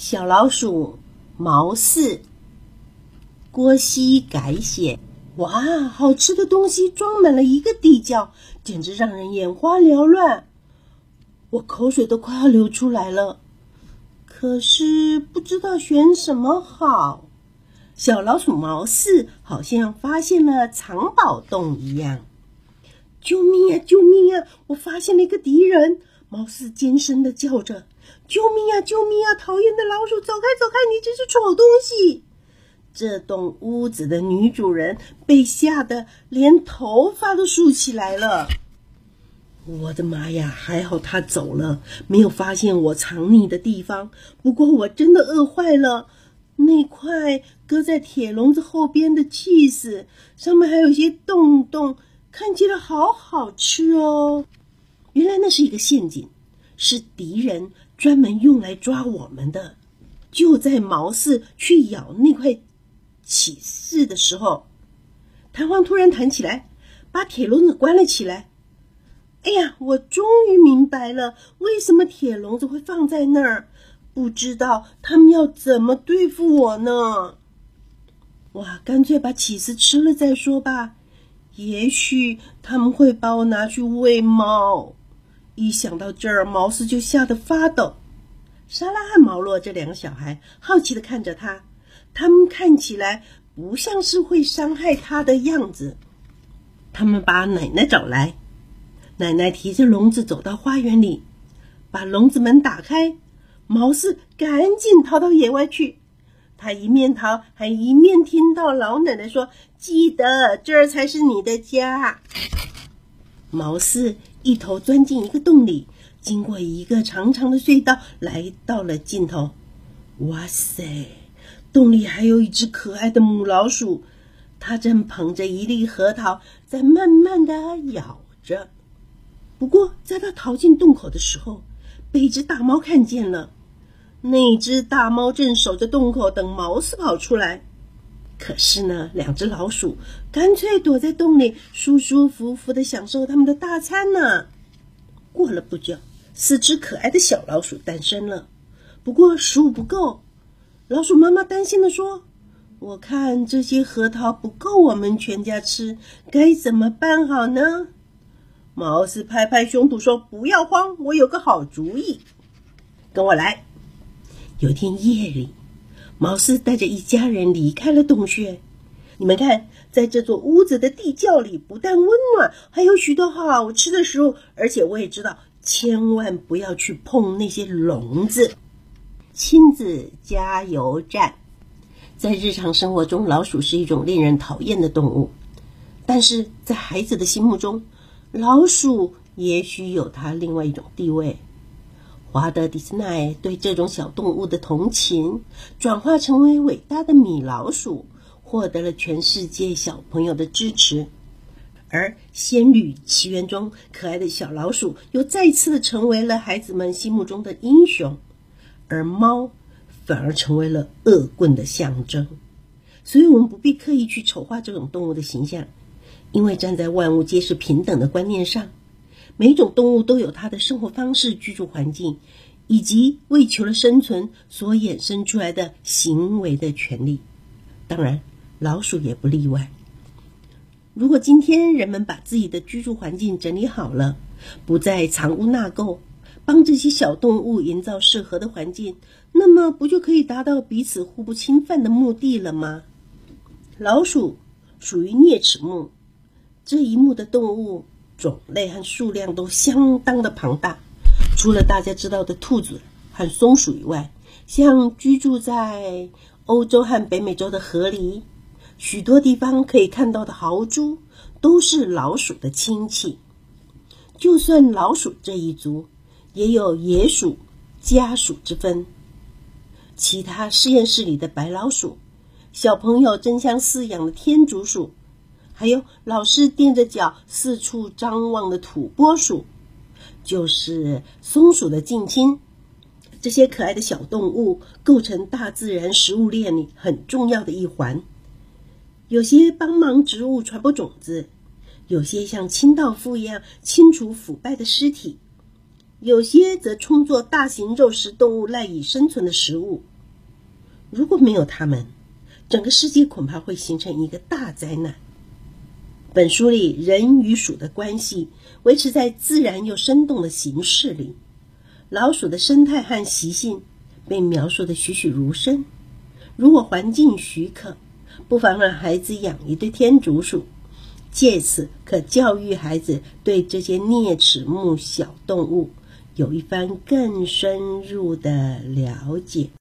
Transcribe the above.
小老鼠毛四，郭熙改写。哇，好吃的东西装满了一个地窖，简直让人眼花缭乱。我口水都快要流出来了，可是不知道选什么好。小老鼠毛四好像发现了藏宝洞一样。救命啊！救命啊！我发现了一个敌人！毛四尖声地叫着：“救命啊！救命啊！讨厌的老鼠，走开走开！你这是丑东西！”这栋屋子的女主人被吓得连头发都竖起来了。我的妈呀，还好她走了，没有发现我藏匿的地方。不过我真的饿坏了，那块搁在铁笼子后边的cheese上面还有些洞洞，看起来好好吃哦。原来那是一个陷阱，是敌人专门用来抓我们的。就在毛四去咬那块起司的时候，弹簧突然弹起来，把铁笼子关了起来。哎呀，我终于明白了，为什么铁笼子会放在那儿。不知道他们要怎么对付我呢？哇，干脆把起司吃了再说吧。也许他们会把我拿去喂猫。一想到这儿，毛四就吓得发抖。莎拉和毛洛这两个小孩好奇地看着他，他们看起来不像是会伤害他的样子。他们把奶奶找来，奶奶提着笼子走到花园里，把笼子门打开。毛四赶紧逃到野外去，他一面逃还一面听到老奶奶说：“记得，这儿才是你的家。”毛四一头钻进一个洞里，经过一个长长的隧道，来到了尽头。哇塞，洞里还有一只可爱的母老鼠，它正捧着一粒核桃在慢慢的咬着。不过在它逃进洞口的时候，被一只大猫看见了。那只大猫正守着洞口等毛四跑出来。可是呢，两只老鼠干脆躲在洞里，舒舒服服地享受他们的大餐呢。过了不久，4只可爱的小老鼠诞生了。不过食物不够，老鼠妈妈担心地说：“我看这些核桃不够我们全家吃，该怎么办好呢？”毛四拍拍胸脯说：“不要慌，我有个好主意，跟我来。”有一天夜里，毛四带着一家人离开了洞穴。你们看，在这座屋子的地窖里，不但温暖，还有许多好吃的食物。而且我也知道，千万不要去碰那些笼子。亲子加油站。在日常生活中，老鼠是一种令人讨厌的动物，但是在孩子的心目中，老鼠也许有它另外一种地位。华德·迪斯奈对这种小动物的同情，转化成为伟大的米老鼠，获得了全世界小朋友的支持。而《仙履奇缘》中可爱的小老鼠又再次的成为了孩子们心目中的英雄，而猫反而成为了恶棍的象征。所以我们不必刻意去丑化这种动物的形象，因为站在万物皆是平等的观念上，每一种动物都有它的生活方式、居住环境，以及为求了生存所衍生出来的行为的权利。当然，老鼠也不例外。如果今天人们把自己的居住环境整理好了，不再藏污纳垢，帮这些小动物营造适合的环境，那么不就可以达到彼此互不侵犯的目的了吗？老鼠属于啮齿目，这一目的动物种类和数量都相当的庞大。除了大家知道的兔子和松鼠以外，像居住在欧洲和北美洲的河狸，许多地方可以看到的豪猪，都是老鼠的亲戚。就算老鼠这一族，也有野鼠、家鼠之分。其他实验室里的白老鼠，小朋友争相饲养的天竺鼠，还有老师踮着脚四处张望的土拨鼠，就是松鼠的近亲。这些可爱的小动物构成大自然食物链里很重要的一环。有些帮忙植物传播种子，有些像清道夫一样清除腐败的尸体，有些则充作大型肉食动物赖以生存的食物。 如果没有它们，整个世界恐怕会形成一个大灾难。本书里人与鼠的关系维持在自然又生动的形式里，老鼠的生态和习性被描述得栩栩如生。如果环境许可，不妨让孩子养一对天竺鼠，借此可教育孩子对这些啮齿目小动物有一番更深入的了解。